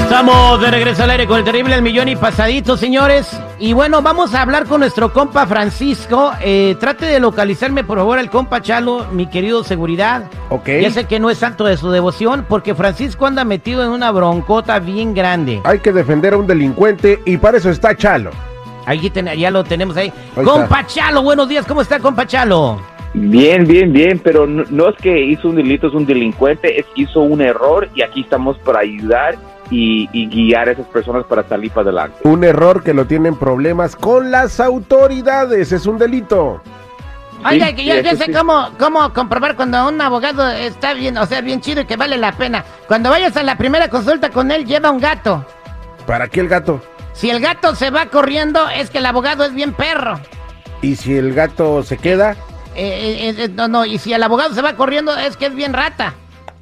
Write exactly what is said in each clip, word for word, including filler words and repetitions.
Estamos de regreso al aire con el terrible El Millón y Pasadito, señores. Y bueno, vamos a hablar con nuestro compa Francisco. Eh, trate de localizarme, por favor, al compa Chalo, mi querido seguridad. Ok. Ya sé que no es santo de su devoción, porque Francisco anda metido en una broncota bien grande. Hay que defender a un delincuente y para eso está Chalo. Ahí ten, ya lo tenemos ahí. Ahí Compa está. Chalo, buenos días. ¿Cómo está, compa Chalo? Bien, bien, bien, pero no, no es que hizo un delito, es un delincuente, es que hizo un error y aquí estamos para ayudar y, y guiar a esas personas para salir para adelante. Un error que lo tienen problemas con las autoridades, es un delito. Oiga, Sí, que yo, sí, yo eso sé sí. cómo, cómo comprobar cuando un abogado está bien, o sea, bien chido y que vale la pena. Cuando vayas a la primera consulta con él, lleva un gato. ¿Para qué el gato? Si el gato se va corriendo, es que el abogado es bien perro. ¿Y si el gato se queda? Eh, eh, eh, no, no, y si el abogado se va corriendo, es que es bien rata.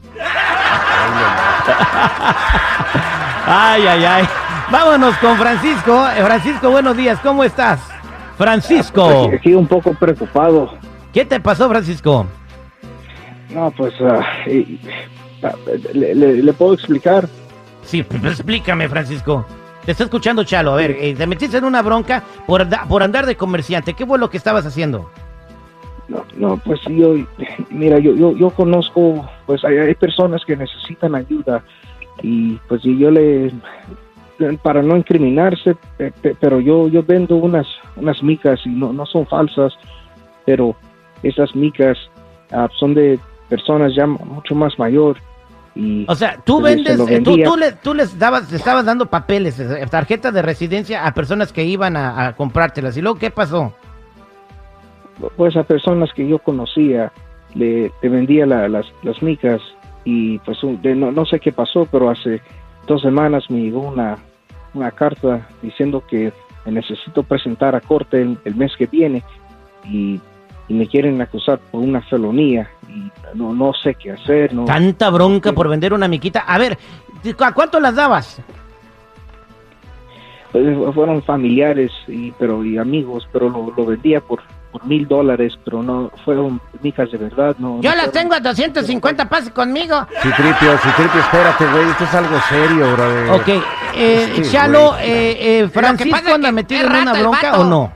Ay, ay, ay. Vámonos con Francisco. Eh, Francisco, buenos días, ¿cómo estás? Francisco. Aquí, aquí un poco preocupado. ¿Qué te pasó, Francisco? No, pues, ah, y- ah, le, le- le puedo explicar. Sí, pues explícame, Francisco. Te está escuchando Chalo. A ver, eh, te metiste en una bronca por, da- por andar de comerciante. ¿Qué fue lo que estabas haciendo? No, no, pues yo, mira, yo, yo, yo conozco, pues hay, hay personas que necesitan ayuda y pues y yo le, para no incriminarse, pe- pe- pero yo, yo vendo unas, unas micas y no, no son falsas, pero esas micas ah, son de personas ya mucho más mayor. Y O sea, tú pues, se vendes, lo eh, tú, vendía. tú, le- tú les dabas, le estabas dando papeles, eh, tarjetas de residencia a personas que iban a, a comprártelas. ¿Y luego qué pasó? Pues a personas que yo conocía le, le vendía la- las, las micas y pues un- de- no, no sé qué pasó, pero hace dos semanas me llegó una, una carta diciendo que me necesito presentar a corte el, el mes que viene y, y me quieren acusar por una felonía y no, no sé qué hacer. No, Tanta bronca por vender una miquita. A ver, ¿a cuánto las dabas? Pues, fueron familiares y, pero, y amigos, pero lo, lo vendía por, por mil dólares, pero no fueron micas de verdad. No, Yo no las fueron- tengo a doscientos cincuenta, pase conmigo. Citripio, Citripio, espérate, güey, esto es algo serio, brother. Ok, eh, Sí, Chalo, güey. eh, eh, Francisco pasa es anda que metido es en una rata el bronca vato. o no?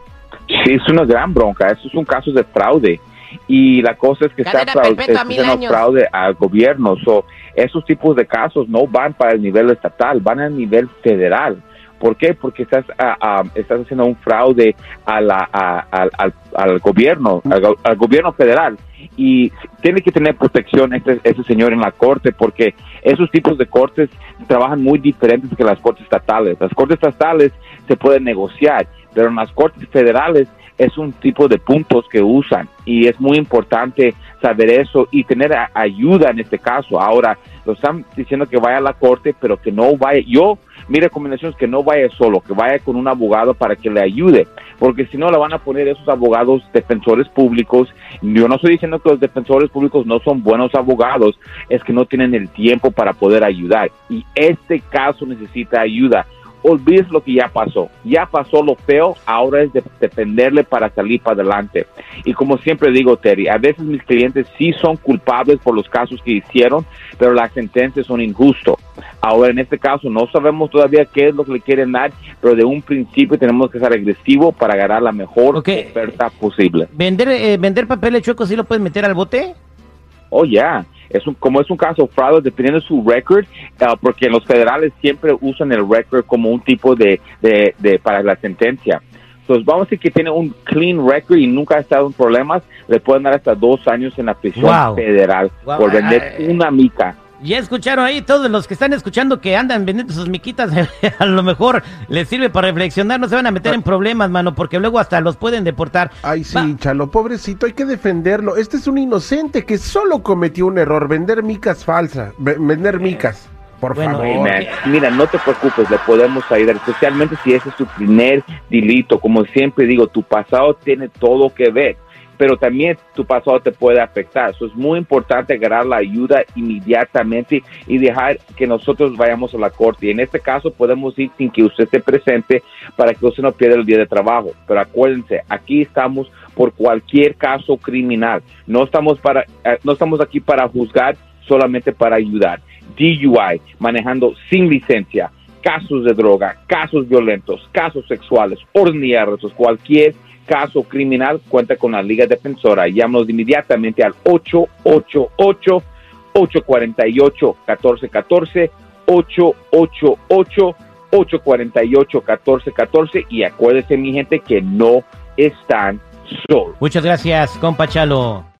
Sí, es una gran bronca, eso es un caso de fraude y la cosa es que está, Cadena fraude, perpetua, está mil haciendo años. fraude al gobierno, so, esos tipos de casos no van para el nivel estatal, van al nivel federal. ¿Por qué? Porque estás, ah, ah, estás haciendo un fraude a la, a- al- al, al gobierno, al, go- al gobierno federal. Y tiene que tener protección este, ese señor en la corte, porque esos tipos de cortes trabajan muy diferentes que las cortes estatales. Las cortes estatales se pueden negociar, pero en las cortes federales es un tipo de puntos que usan y es muy importante saber eso y tener a- ayuda en este caso. Ahora, lo están diciendo que vaya a la corte, pero que no vaya. Yo, mi recomendación es que no vaya solo, que vaya con un abogado para que le ayude, porque si no le van a poner esos abogados defensores públicos. Yo no estoy diciendo que los defensores públicos no son buenos abogados, es que no tienen el tiempo para poder ayudar y este caso necesita ayuda. Olvides lo que ya pasó, ya pasó lo feo, ahora es de dependerle para salir para adelante. Y como siempre digo, Terry, a veces mis clientes sí son culpables por los casos que hicieron, pero las sentencias son injustas. Ahora en este caso no sabemos todavía qué es lo que le quieren dar, pero de un principio tenemos que ser agresivos para ganar la mejor Ok. oferta posible. ¿Vender, eh, vender papeles chuecos sí lo puedes meter al bote? Oh, ya. Es un, como es un caso fraude, dependiendo de su record, uh, porque los federales siempre usan el record como un tipo de, de, de para la sentencia. Entonces, vamos a decir que tiene un clean record y nunca ha estado en problemas, le pueden dar hasta dos años en la prisión Wow. federal Wow. por vender Ay. una mica. Ya escucharon ahí todos los que están escuchando que andan vendiendo sus miquitas. A lo mejor les sirve para reflexionar, no se van a meter en problemas, mano, porque luego hasta los pueden deportar. Ay, sí, Va- Chalo, pobrecito, hay que defenderlo. Este es un inocente que solo cometió un error, vender micas falsas, ve- vender micas, por Bueno, favor. Hey, man, mira, no te preocupes, le podemos ayudar, especialmente si ese es tu primer delito. Como siempre digo, tu pasado tiene todo que ver, pero también tu pasado te puede afectar. Eso es muy importante agarrar la ayuda inmediatamente y dejar que nosotros vayamos a la corte. Y en este caso podemos ir sin que usted esté presente para que usted no pierda el día de trabajo. Pero acuérdense, aquí estamos por cualquier caso criminal. No estamos para, eh, no estamos aquí para juzgar, solamente para ayudar. D U I, manejando sin licencia, casos de droga, casos violentos, casos sexuales, orden y arrestos, cualquier caso criminal, cuenta con la Liga Defensora. Llámanos inmediatamente al ocho ocho ocho, ocho cuatro ocho, uno cuatro uno cuatro, ocho ocho ocho, ocho cuatro ocho, uno cuatro uno cuatro, y acuérdense, mi gente, que no están solos. Muchas gracias, compa Chalo.